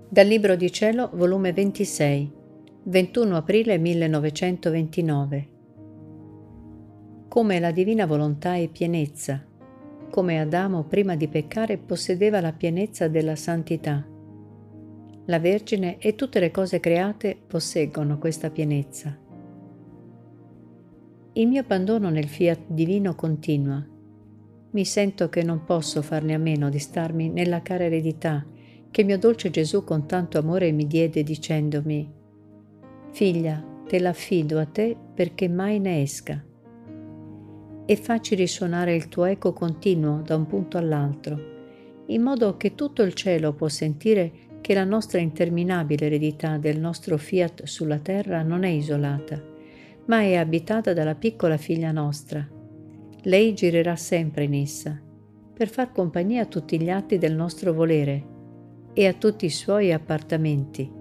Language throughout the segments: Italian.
Dal Libro di Cielo, volume 26, 21 aprile 1929. Come la divina volontà è pienezza, come Adamo prima di peccare possedeva la pienezza della santità. La Vergine e tutte le cose create posseggono questa pienezza. Il mio abbandono nel fiat divino continua. Mi sento che non posso farne a meno di starmi nella cara eredità che il mio dolce Gesù con tanto amore mi diede dicendomi: «Figlia, te l'affido a te perché mai ne esca». E facci risuonare il tuo eco continuo da un punto all'altro, in modo che tutto il cielo può sentire che la nostra interminabile eredità del nostro fiat sulla terra non è isolata, ma è abitata dalla piccola figlia nostra. Lei girerà sempre in essa, per far compagnia a tutti gli atti del nostro volere e a tutti i suoi appartamenti.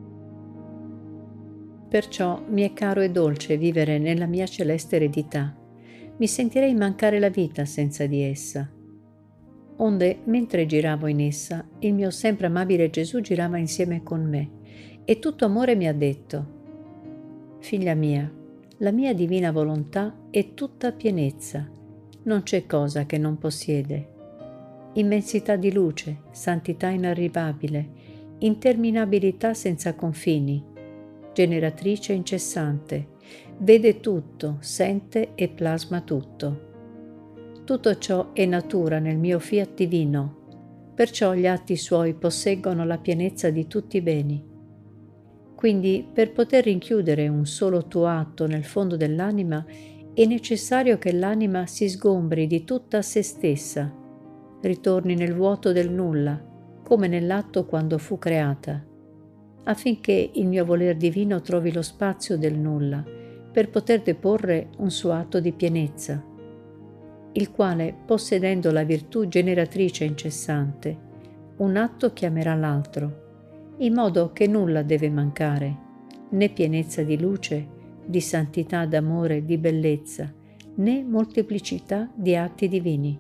Perciò mi è caro e dolce vivere nella mia celeste eredità. Mi sentirei mancare la vita senza di essa. Onde, mentre giravo in essa, il mio sempre amabile Gesù girava insieme con me e tutto amore mi ha detto: «Figlia mia, la mia divina volontà è tutta pienezza, non c'è cosa che non possiede. Immensità di luce, santità inarrivabile, interminabilità senza confini, generatrice incessante, vede tutto, sente e plasma tutto. Tutto ciò è natura nel mio fiat divino, perciò gli atti suoi posseggono la pienezza di tutti i beni. Quindi, per poter rinchiudere un solo tuo atto nel fondo dell'anima, è necessario che l'anima si sgombri di tutta se stessa, ritorni nel vuoto del nulla, come nell'atto quando fu creata, affinché il mio voler divino trovi lo spazio del nulla per poter deporre un suo atto di pienezza, il quale, possedendo la virtù generatrice incessante, un atto chiamerà l'altro, in modo che nulla deve mancare, né pienezza di luce, di santità d'amore, di bellezza, né molteplicità di atti divini.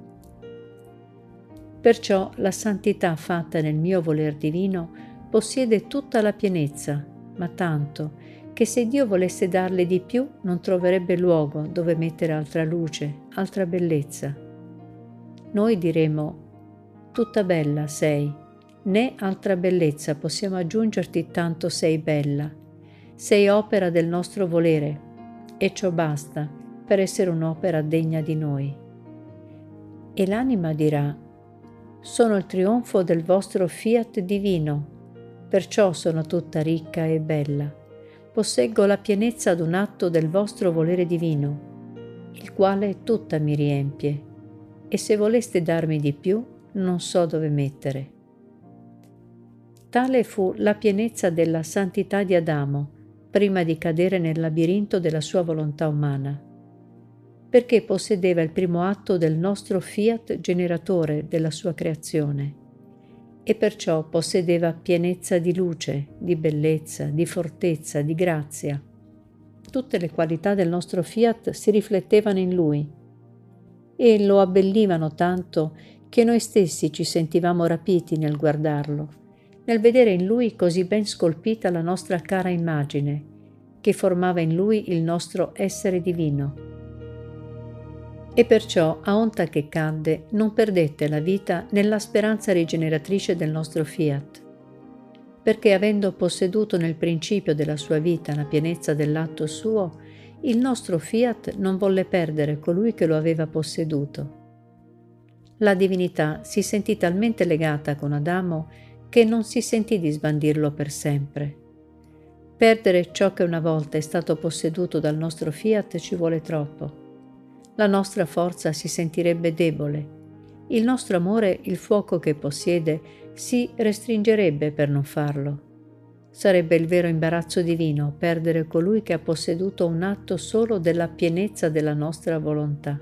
Perciò la santità fatta nel mio voler divino possiede tutta la pienezza, ma tanto che se Dio volesse darle di più non troverebbe luogo dove mettere altra luce, altra bellezza. Noi diremo: «Tutta bella sei, né altra bellezza possiamo aggiungerti, tanto sei bella. Sei opera del nostro volere, e ciò basta per essere un'opera degna di noi». E l'anima dirà: «Sono il trionfo del vostro fiat divino, perciò sono tutta ricca e bella. Posseggo la pienezza d'un atto del vostro volere divino, il quale tutta mi riempie, e se voleste darmi di più, non so dove mettere». Tale fu la pienezza della santità di Adamo, prima di cadere nel labirinto della sua volontà umana, perché possedeva il primo atto del nostro fiat generatore della sua creazione, e perciò possedeva pienezza di luce, di bellezza, di fortezza, di grazia. Tutte le qualità del nostro fiat si riflettevano in lui e lo abbellivano tanto che noi stessi ci sentivamo rapiti nel guardarlo, nel vedere in lui così ben scolpita la nostra cara immagine, che formava in lui il nostro essere divino. E perciò, a onta che cadde, non perdette la vita nella speranza rigeneratrice del nostro fiat, perché avendo posseduto nel principio della sua vita la pienezza dell'atto suo, il nostro fiat non volle perdere colui che lo aveva posseduto. La divinità si sentì talmente legata con Adamo che non si sentì di sbandirlo per sempre. Perdere ciò che una volta è stato posseduto dal nostro fiat ci vuole troppo. La nostra forza si sentirebbe debole, il nostro amore, il fuoco che possiede, si restringerebbe per non farlo. Sarebbe il vero imbarazzo divino perdere colui che ha posseduto un atto solo della pienezza della nostra volontà.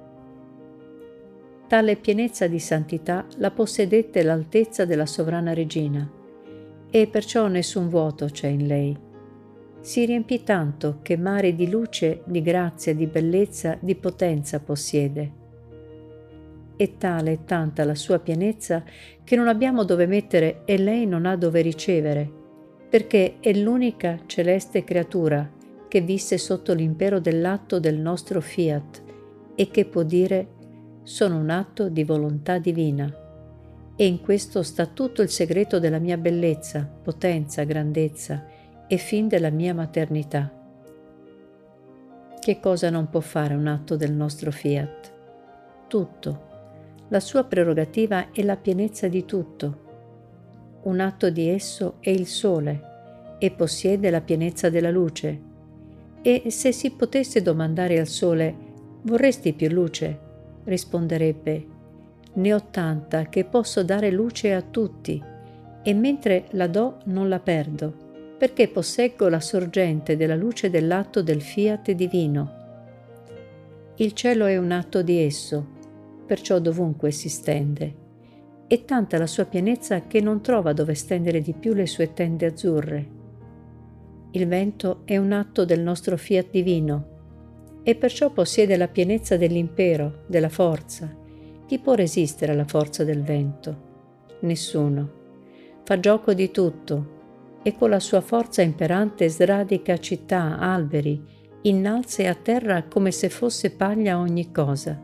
Tale pienezza di santità la possedette l'altezza della sovrana regina, e perciò nessun vuoto c'è in lei. Si riempì tanto che mari di luce, di grazia, di bellezza, di potenza possiede. È tale e tanta la sua pienezza che non abbiamo dove mettere e lei non ha dove ricevere, perché è l'unica celeste creatura che visse sotto l'impero dell'atto del nostro fiat e che può dire sono un atto di volontà divina. E in questo sta tutto il segreto della mia bellezza, potenza, grandezza e fin della mia maternità. Che cosa non può fare un atto del nostro fiat? Tutto. La sua prerogativa è la pienezza di tutto. Un atto di esso è il sole e possiede la pienezza della luce. E se si potesse domandare al sole, vorresti più luce? Risponderebbe, ne ho tanta che posso dare luce a tutti, e mentre la do non la perdo, perché posseggo la sorgente della luce dell'atto del fiat divino. Il cielo è un atto di esso, perciò dovunque si stende. È tanta la sua pienezza che non trova dove stendere di più le sue tende azzurre. Il vento è un atto del nostro fiat divino, e perciò possiede la pienezza dell'impero, della forza. Chi può resistere alla forza del vento? Nessuno. Fa gioco di tutto e con la sua forza imperante sradica città, alberi, innalza e a terra come se fosse paglia ogni cosa.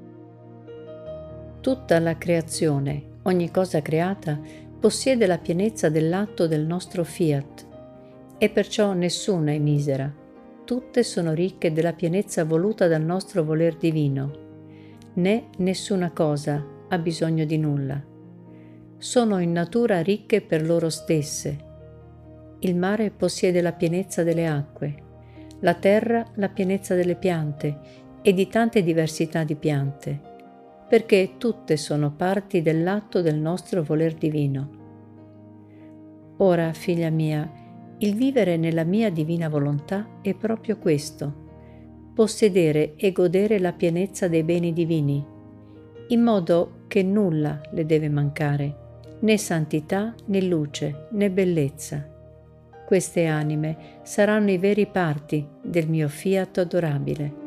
Tutta la creazione, ogni cosa creata, possiede la pienezza dell'atto del nostro fiat e perciò nessuna è misera. Tutte sono ricche della pienezza voluta dal nostro voler divino. Né nessuna cosa ha bisogno di nulla. Sono in natura ricche per loro stesse. Il mare possiede la pienezza delle acque, la terra la pienezza delle piante e di tante diversità di piante, perché tutte sono parti dell'atto del nostro voler divino. Ora, figlia mia, il vivere nella mia divina volontà è proprio questo: possedere e godere la pienezza dei beni divini, in modo che nulla le deve mancare, né santità, né luce, né bellezza. Queste anime saranno i veri parti del mio fiat adorabile.